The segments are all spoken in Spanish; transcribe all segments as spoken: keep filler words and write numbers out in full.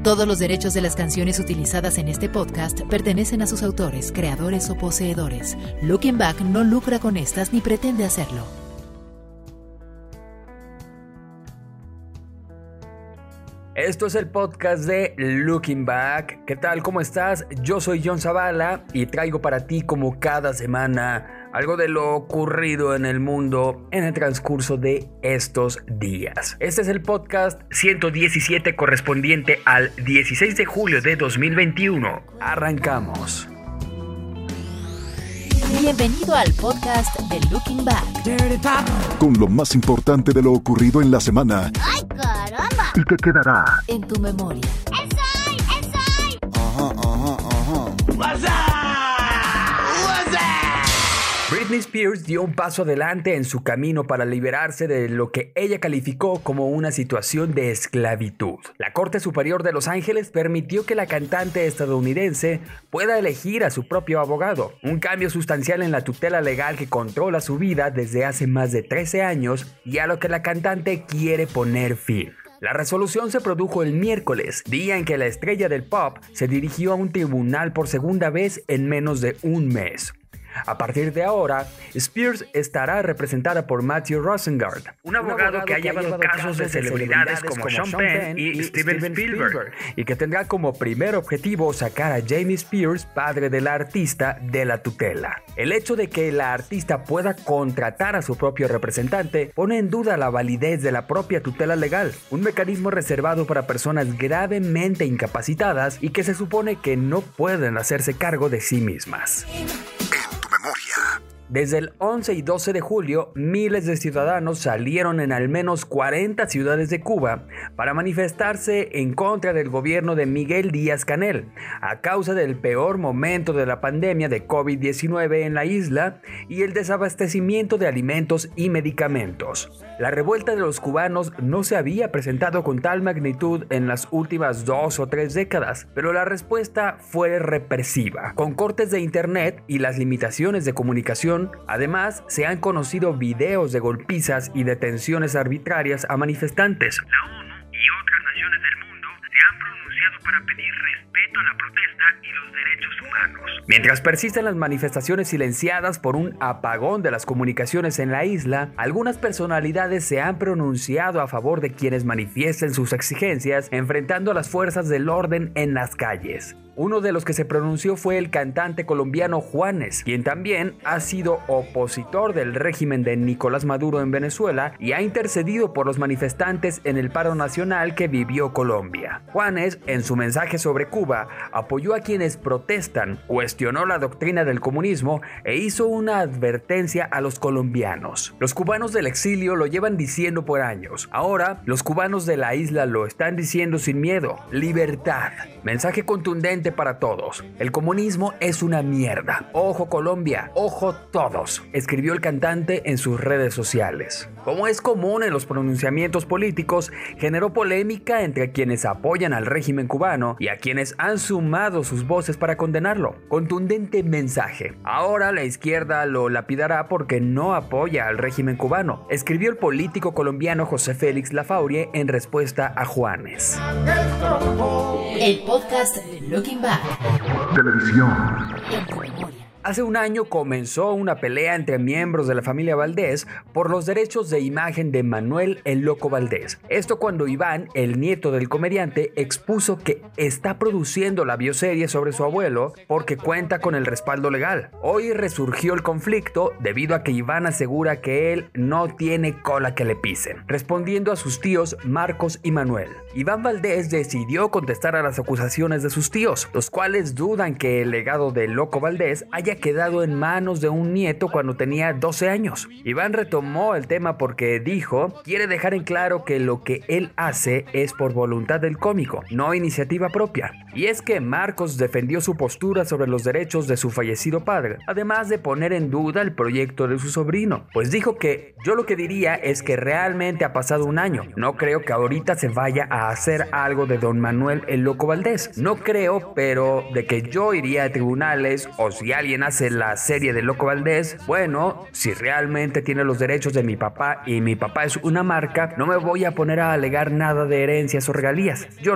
Todos los derechos de las canciones utilizadas en este podcast pertenecen a sus autores, creadores o poseedores. Looking Back no lucra con estas ni pretende hacerlo. Esto es el podcast de Looking Back. ¿Qué tal? ¿Cómo estás? Yo soy John Zavala y traigo para ti, como cada semana, algo de lo ocurrido en el mundo en el transcurso de estos días. Este es el podcast ciento diecisiete correspondiente al dieciséis de julio de dos mil veintiuno. Arrancamos. Bienvenido al podcast de Looking Back. Con lo más importante de lo ocurrido en la semana. ¡Ay, caramba! Y que quedará en tu memoria. ¡Esoy! ¡Esoy! Ajá, ajá, ajá. ¡What's up! ¡What's up! Britney Spears dio un paso adelante en su camino para liberarse de lo que ella calificó como una situación de esclavitud. La Corte Superior de Los Ángeles permitió que la cantante estadounidense pueda elegir a su propio abogado, un cambio sustancial en la tutela legal que controla su vida desde hace más de trece años y a lo que la cantante quiere poner fin. La resolución se produjo el miércoles, día en que la estrella del pop se dirigió a un tribunal por segunda vez en menos de un mes. A partir de ahora, Spears estará representada por Matthew Rosengard, un abogado, un abogado que ha llevado casos de celebridades como Sean Penn y, y Steven Spielberg, Spielberg, y que tendrá como primer objetivo sacar a Jamie Spears, padre de la artista, de la tutela. El hecho de que la artista pueda contratar a su propio representante pone en duda la validez de la propia tutela legal, un mecanismo reservado para personas gravemente incapacitadas y que se supone que no pueden hacerse cargo de sí mismas. Desde el once y doce de julio, miles de ciudadanos salieron en al menos cuarenta ciudades de Cuba para manifestarse en contra del gobierno de Miguel Díaz-Canel, a causa del peor momento de la pandemia de covid diecinueve en la isla y el desabastecimiento de alimentos y medicamentos. La revuelta de los cubanos no se había presentado con tal magnitud en las últimas dos o tres décadas, pero la respuesta fue represiva, con cortes de internet y las limitaciones de comunicación. Además, se han conocido videos de golpizas y detenciones arbitrarias a manifestantes. La ONU y otras naciones del mundo se han pronunciado para pedir respeto a la protesta y los derechos humanos. Mientras persisten las manifestaciones silenciadas por un apagón de las comunicaciones en la isla, algunas personalidades se han pronunciado a favor de quienes manifiesten sus exigencias, enfrentando a las fuerzas del orden en las calles. Uno de los que se pronunció fue el cantante colombiano Juanes, quien también ha sido opositor del régimen de Nicolás Maduro en Venezuela y ha intercedido por los manifestantes en el paro nacional que vivió Colombia. Juanes, en su mensaje sobre Cuba, apoyó a quienes protestan, cuestionó la doctrina del comunismo e hizo una advertencia a los colombianos. Los cubanos del exilio lo llevan diciendo por años. Ahora, los cubanos de la isla lo están diciendo sin miedo. Libertad. Mensaje contundente para todos. El comunismo es una mierda. Ojo Colombia, ojo todos, escribió el cantante en sus redes sociales. Como es común en los pronunciamientos políticos, generó polémica entre quienes apoyan al régimen cubano y a quienes han sumado sus voces para condenarlo. Contundente mensaje. Ahora la izquierda lo lapidará porque no apoya al régimen cubano, escribió el político colombiano José Félix Lafaurie en respuesta a Juanes. El podcast de Looking Back. Televisión. En tu memoria. Hace un año comenzó una pelea entre miembros de la familia Valdés por los derechos de imagen de Manuel el Loco Valdés. Esto cuando Iván, el nieto del comediante, expuso que está produciendo la bioserie sobre su abuelo porque cuenta con el respaldo legal. Hoy resurgió el conflicto debido a que Iván asegura que él no tiene cola que le pisen, respondiendo a sus tíos Marcos y Manuel. Iván Valdés decidió contestar a las acusaciones de sus tíos, los cuales dudan que el legado del Loco Valdés haya quedado en manos de un nieto cuando tenía doce años. Iván retomó el tema porque dijo, quiere dejar en claro que lo que él hace es por voluntad del cómico, no iniciativa propia. Y es que Marcos defendió su postura sobre los derechos de su fallecido padre, además de poner en duda el proyecto de su sobrino, pues dijo que yo lo que diría es que realmente ha pasado un año, no creo que ahorita se vaya a hacer algo de don Manuel el Loco Valdés, no creo, pero de que yo iría a tribunales o si alguien hace la serie de Loco Valdés, bueno, si realmente tiene los derechos de mi papá y mi papá es una marca, no me voy a poner a alegar nada de herencias o regalías, yo no.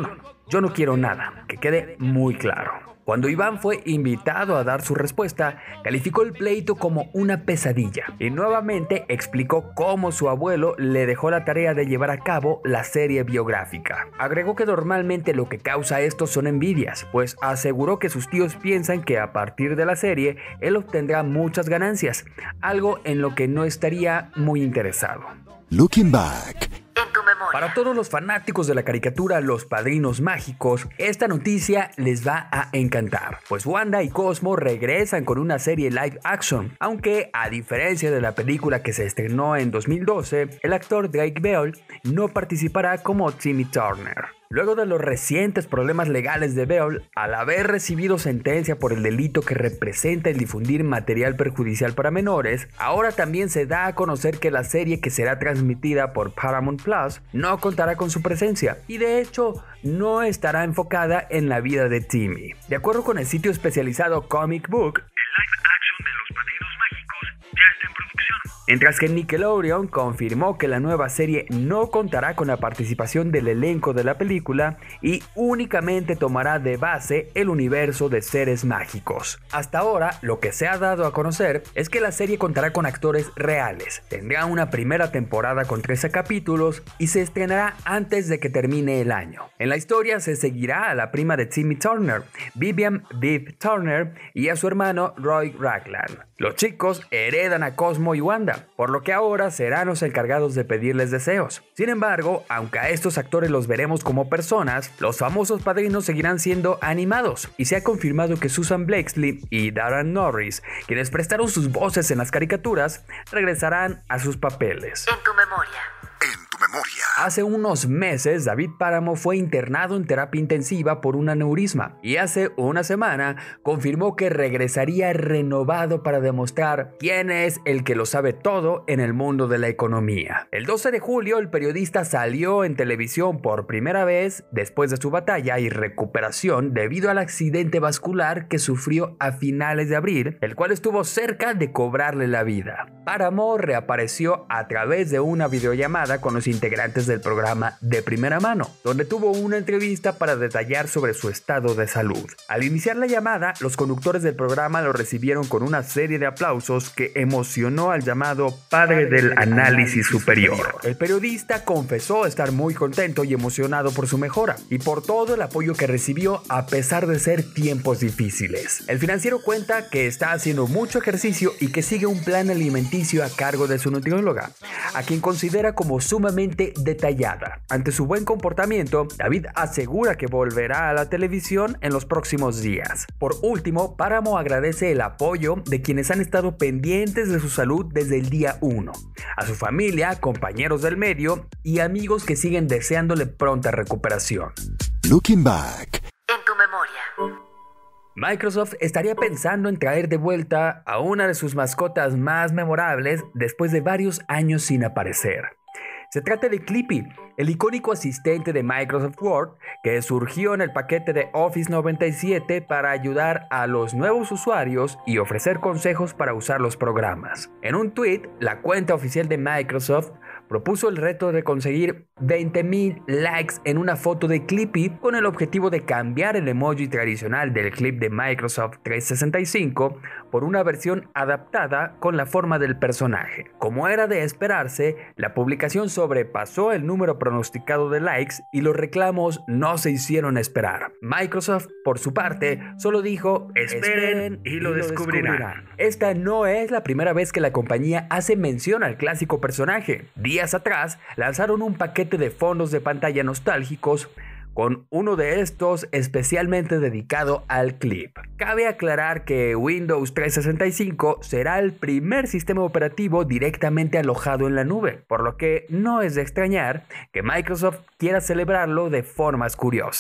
Yo no quiero nada, que quede muy claro. Cuando Iván fue invitado a dar su respuesta, calificó el pleito como una pesadilla y nuevamente explicó cómo su abuelo le dejó la tarea de llevar a cabo la serie biográfica. Agregó que normalmente lo que causa esto son envidias, pues aseguró que sus tíos piensan que a partir de la serie él obtendrá muchas ganancias, algo en lo que no estaría muy interesado. Looking back. Para todos los fanáticos de la caricatura Los Padrinos Mágicos, esta noticia les va a encantar, pues Wanda y Cosmo regresan con una serie live action, aunque a diferencia de la película que se estrenó en dos mil doce, el actor Drake Bell no participará como Timmy Turner. Luego de los recientes problemas legales de Bell, al haber recibido sentencia por el delito que representa el difundir material perjudicial para menores, ahora también se da a conocer que la serie que será transmitida por Paramount Plus no contará con su presencia y de hecho no estará enfocada en la vida de Timmy. De acuerdo con el sitio especializado Comic Book, el live action de Los Padrinos Mágicos ya está en producción. Mientras que Nickelodeon confirmó que la nueva serie no contará con la participación del elenco de la película y únicamente tomará de base el universo de seres mágicos. Hasta ahora, lo que se ha dado a conocer es que la serie contará con actores reales, tendrá una primera temporada con trece capítulos y se estrenará antes de que termine el año. En la historia se seguirá a la prima de Timmy Turner, Vivian Viv Turner, y a su hermano Roy Ragland. Los chicos heredan a Cosmo y Wanda, por lo que ahora serán los encargados de pedirles deseos. Sin embargo, aunque a estos actores los veremos como personas, los famosos padrinos seguirán siendo animados, y se ha confirmado que Susan Blakeslee y Darren Norris, quienes prestaron sus voces en las caricaturas, regresarán a sus papeles. En tu memoria. En tu memoria. Hace unos meses, David Páramo fue internado en terapia intensiva por un aneurisma y hace una semana confirmó que regresaría renovado para demostrar quién es el que lo sabe todo en el mundo de la economía. El doce de julio, el periodista salió en televisión por primera vez después de su batalla y recuperación debido al accidente vascular que sufrió a finales de abril, el cual estuvo cerca de cobrarle la vida. Páramo reapareció a través de una videollamada con los integrantes del programa De Primera Mano, donde tuvo una entrevista para detallar sobre su estado de salud. Al iniciar la llamada, los conductores del programa lo recibieron con una serie de aplausos que emocionó al llamado padre del análisis superior. El periodista confesó estar muy contento y emocionado por su mejora y por todo el apoyo que recibió a pesar de ser tiempos difíciles. El financiero cuenta que está haciendo mucho ejercicio y que sigue un plan alimenticio a cargo de su nutrióloga, a quien considera como sumamente detallada. Ante su buen comportamiento, David asegura que volverá a la televisión en los próximos días. Por último, Páramo agradece el apoyo de quienes han estado pendientes de su salud desde el día uno, a su familia, compañeros del medio y amigos que siguen deseándole pronta recuperación. Looking back. En tu memoria. Microsoft estaría pensando en traer de vuelta a una de sus mascotas más memorables después de varios años sin aparecer. Se trata de Clippy, el icónico asistente de Microsoft Word que surgió en el paquete de Office noventa y siete para ayudar a los nuevos usuarios y ofrecer consejos para usar los programas. En un tweet, la cuenta oficial de Microsoft propuso el reto de conseguir veinte mil likes en una foto de Clippy con el objetivo de cambiar el emoji tradicional del clip de Microsoft trescientos sesenta y cinco por una versión adaptada con la forma del personaje. Como era de esperarse, la publicación sobrepasó el número pronosticado de likes y los reclamos no se hicieron esperar. Microsoft, por su parte, solo dijo: esperen y lo descubrirán. Esta no es la primera vez que la compañía hace mención al clásico personaje. Días atrás lanzaron un paquete de fondos de pantalla nostálgicos, con uno de estos especialmente dedicado al clip. Cabe aclarar que Windows trescientos sesenta y cinco será el primer sistema operativo directamente alojado en la nube, por lo que no es de extrañar que Microsoft quiera celebrarlo de formas curiosas.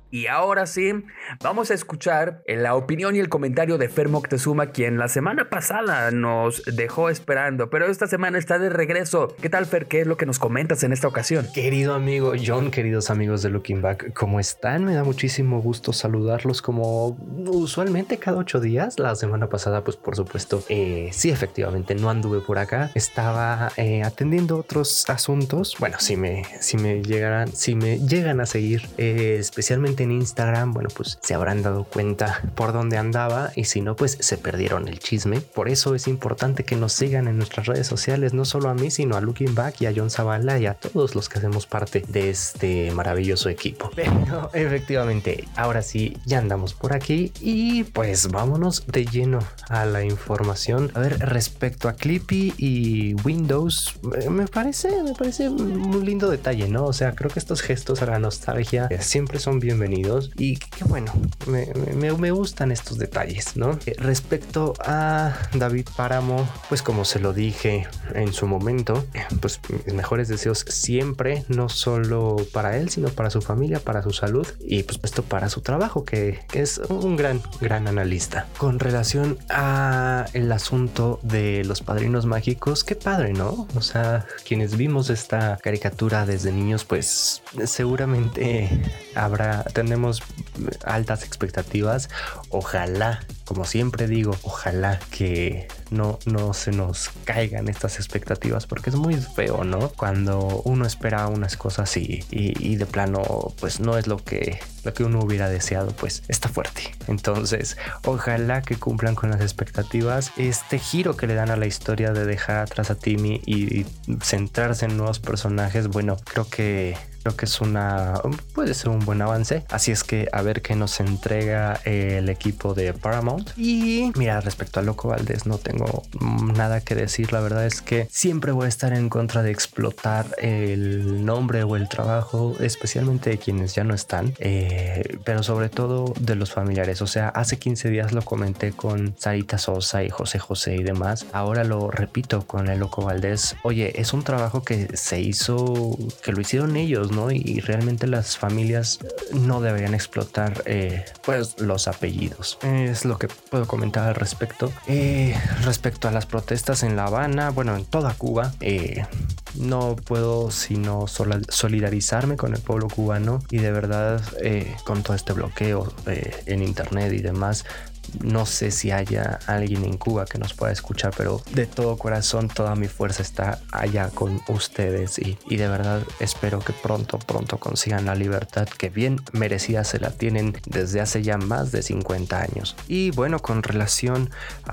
Y ahora sí, vamos a escuchar la opinión y el comentario de Fer Moctezuma, quien la semana pasada nos dejó esperando, pero esta semana está de regreso. ¿Qué tal, Fer? ¿Qué es lo que nos comentas en esta ocasión? Querido amigo John, queridos amigos de Looking Back, ¿cómo están? Me da muchísimo gusto saludarlos como usualmente cada ocho días. La semana pasada, pues por supuesto, eh, sí, efectivamente, no anduve por acá. Estaba eh, atendiendo otros asuntos. Bueno, si me, si me llegaran, si me llegan a seguir, eh, especialmente en Instagram, bueno, pues se habrán dado cuenta por dónde andaba, y si no, pues se perdieron el chisme. Por eso es importante que nos sigan en nuestras redes sociales, no solo a mí, sino a Looking Back y a John Zavala y a todos los que hacemos parte de este maravilloso equipo. Pero efectivamente, ahora sí, ya andamos por aquí y pues vámonos de lleno a la información. A ver, respecto a Clippy y Windows, me parece, me parece un lindo detalle, ¿no? O sea, creo que estos gestos a la nostalgia siempre son bienvenidos. Y qué bueno, me, me, me gustan estos detalles, ¿no? Eh, respecto a David Páramo, pues como se lo dije en su momento, pues mis mejores deseos siempre, no solo para él, sino para su familia, para su salud y pues esto para su trabajo, que, que es un gran, gran analista. Con relación a el asunto de los padrinos mágicos, qué padre, ¿no? O sea, quienes vimos esta caricatura desde niños, pues seguramente habrá tenemos altas expectativas. Ojalá, como siempre digo, ojalá que no, no se nos caigan estas expectativas, porque es muy feo, ¿no? Cuando uno espera unas cosas y, y, y de plano pues no es lo que, lo que uno hubiera deseado, pues está fuerte. Entonces, ojalá que cumplan con las expectativas. Este giro que le dan a la historia de dejar atrás a Timmy y, y centrarse en nuevos personajes, bueno, creo que Creo que es una, puede ser un buen avance. Así es que a ver qué nos entrega el equipo de Paramount. Y mira, respecto a Loco Valdés no tengo nada que decir. La verdad es que siempre voy a estar en contra de explotar el nombre o el trabajo, especialmente de quienes ya no están, eh, pero sobre todo de los familiares. O sea, hace quince días lo comenté con Sarita Sosa y José José y demás. Ahora lo repito con el Loco Valdés. Oye, es un trabajo que se hizo, que lo hicieron ellos, ¿no? Y realmente las familias no deberían explotar eh, pues los apellidos. Es lo que puedo comentar al respecto. Eh, respecto a las protestas en La Habana, bueno, en toda Cuba, eh, no puedo sino solidarizarme con el pueblo cubano y de verdad eh, con todo este bloqueo eh, en internet y demás. No sé si haya alguien en Cuba que nos pueda escuchar, pero de todo corazón, toda mi fuerza está allá con ustedes y, y de verdad espero que pronto, pronto consigan la libertad que bien merecida se la tienen desde hace ya más de cincuenta años. Y bueno, con relación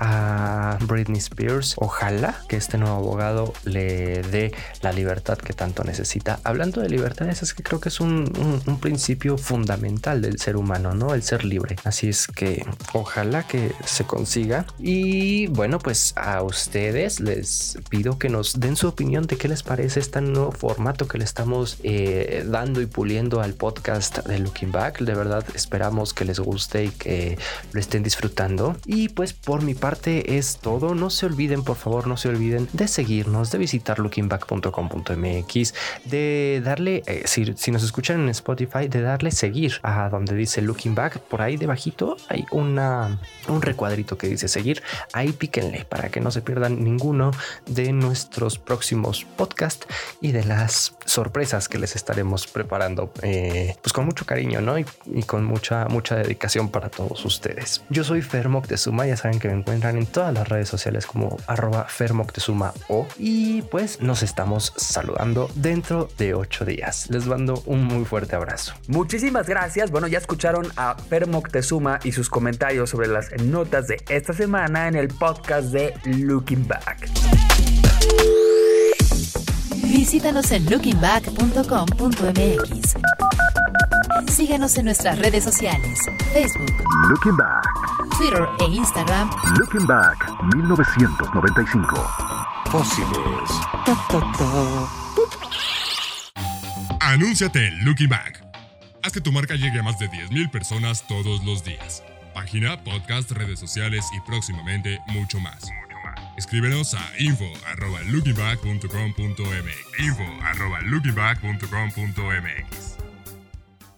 a Britney Spears, ojalá que este nuevo abogado le dé la libertad que tanto necesita. Hablando de libertades, es que creo que es un, un, un principio fundamental del ser humano, ¿no? El ser libre. Así es que ojalá que se consiga. Y bueno, pues a ustedes les pido que nos den su opinión de qué les parece este nuevo formato que le estamos eh, dando y puliendo al podcast de Looking Back. De verdad esperamos que les guste y que lo estén disfrutando. Y pues por mi parte es todo. No se olviden, por favor, no se olviden de seguirnos, de visitar looking back punto com punto m x, de darle, eh, si, si nos escuchan en Spotify, de darle seguir a donde dice Looking Back. Por ahí debajito hay una un recuadrito que dice seguir. Ahí píquenle para que no se pierdan ninguno de nuestros próximos podcasts y de las sorpresas que les estaremos preparando eh, pues con mucho cariño, ¿no? Y, y con mucha mucha dedicación para todos ustedes. Yo soy Fer Moctezuma, ya saben que me encuentran en todas las redes sociales como arroba Fer Moctezuma o, y pues nos estamos saludando dentro de ocho días. Les mando un muy fuerte abrazo. Muchísimas gracias. Bueno, ya escucharon a Fer Moctezuma y sus comentarios sobre las notas de esta semana en el podcast de Looking Back. Visítanos en looking back punto com punto m x. Síguenos en nuestras redes sociales, Facebook, Looking Back. Twitter e Instagram. Looking Back mil novecientos noventa y cinco. Fósiles. Ta, ta, ta. Anúnciate en Looking Back. Haz que tu marca llegue a más de diez mil personas todos los días. Página, podcast, redes sociales y próximamente mucho más. Escríbenos a info arroba looking back punto com punto m x. info arroba looking back punto com punto m x.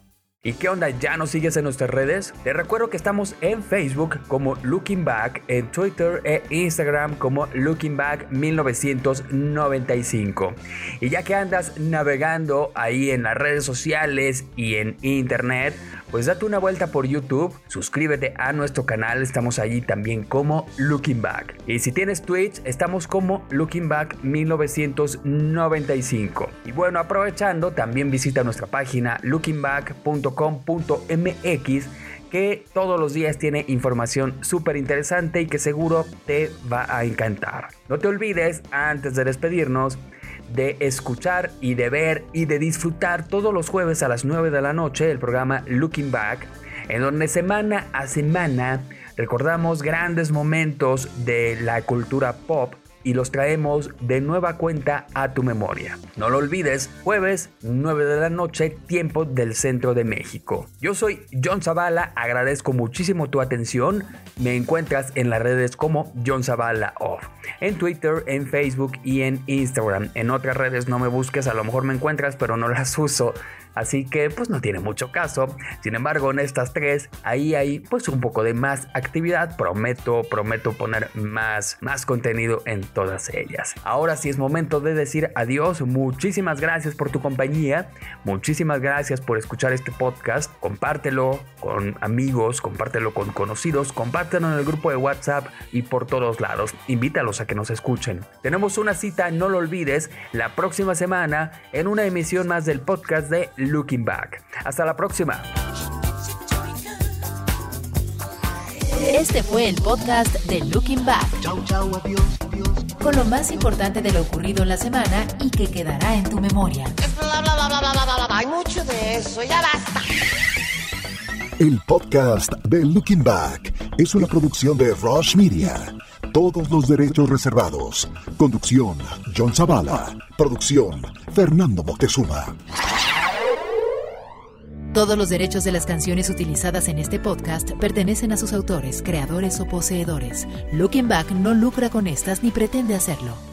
¿Y qué onda? ¿Ya nos sigues en nuestras redes? Te recuerdo que estamos en Facebook como Looking Back, en Twitter e Instagram como Looking Back mil novecientos noventa y cinco. Y ya que andas navegando ahí en las redes sociales y en internet, pues date una vuelta por YouTube, suscríbete a nuestro canal, estamos allí también como Looking Back. Y si tienes Twitch, estamos como Looking Back mil novecientos noventa y cinco. Y bueno, aprovechando, también visita nuestra página looking back punto com punto m x, que todos los días tiene información súper interesante y que seguro te va a encantar. No te olvides, antes de despedirnos, de escuchar y de ver y de disfrutar todos los jueves a las nueve de la noche el programa Looking Back, en donde semana a semana recordamos grandes momentos de la cultura pop y los traemos de nueva cuenta a tu memoria. No lo olvides, jueves nueve de la noche, tiempo del centro de México. Yo soy John Zavala, agradezco muchísimo tu atención. Me encuentras en las redes como John Zavala Off, en Twitter, en Facebook y en Instagram. En otras redes no me busques, a lo mejor me encuentras, pero no las uso, así que pues no tiene mucho caso. Sin embargo, en estas tres, ahí hay pues un poco de más actividad. Prometo, prometo poner más, más contenido en todas ellas. Ahora sí es momento de decir adiós. Muchísimas gracias por tu compañía. Muchísimas gracias por escuchar este podcast. Compártelo con amigos, compártelo con conocidos, compártelo en el grupo de WhatsApp y por todos lados. Invítalos a que nos escuchen. Tenemos una cita, no lo olvides, la próxima semana en una emisión más del podcast de Looking Back. Hasta la próxima. Este fue el podcast de Looking Back. Chau, chau, adiós, adiós. Con lo más importante de lo ocurrido en la semana y que quedará en tu memoria. Bla, bla, bla, bla, bla, bla, bla. Hay mucho de eso, ya basta. El podcast de Looking Back es una producción de Rush Media. Todos los derechos reservados. Conducción, John Zavala. Producción, Fernando Moctezuma. Todos los derechos de las canciones utilizadas en este podcast pertenecen a sus autores, creadores o poseedores. Looking Back no lucra con estas ni pretende hacerlo.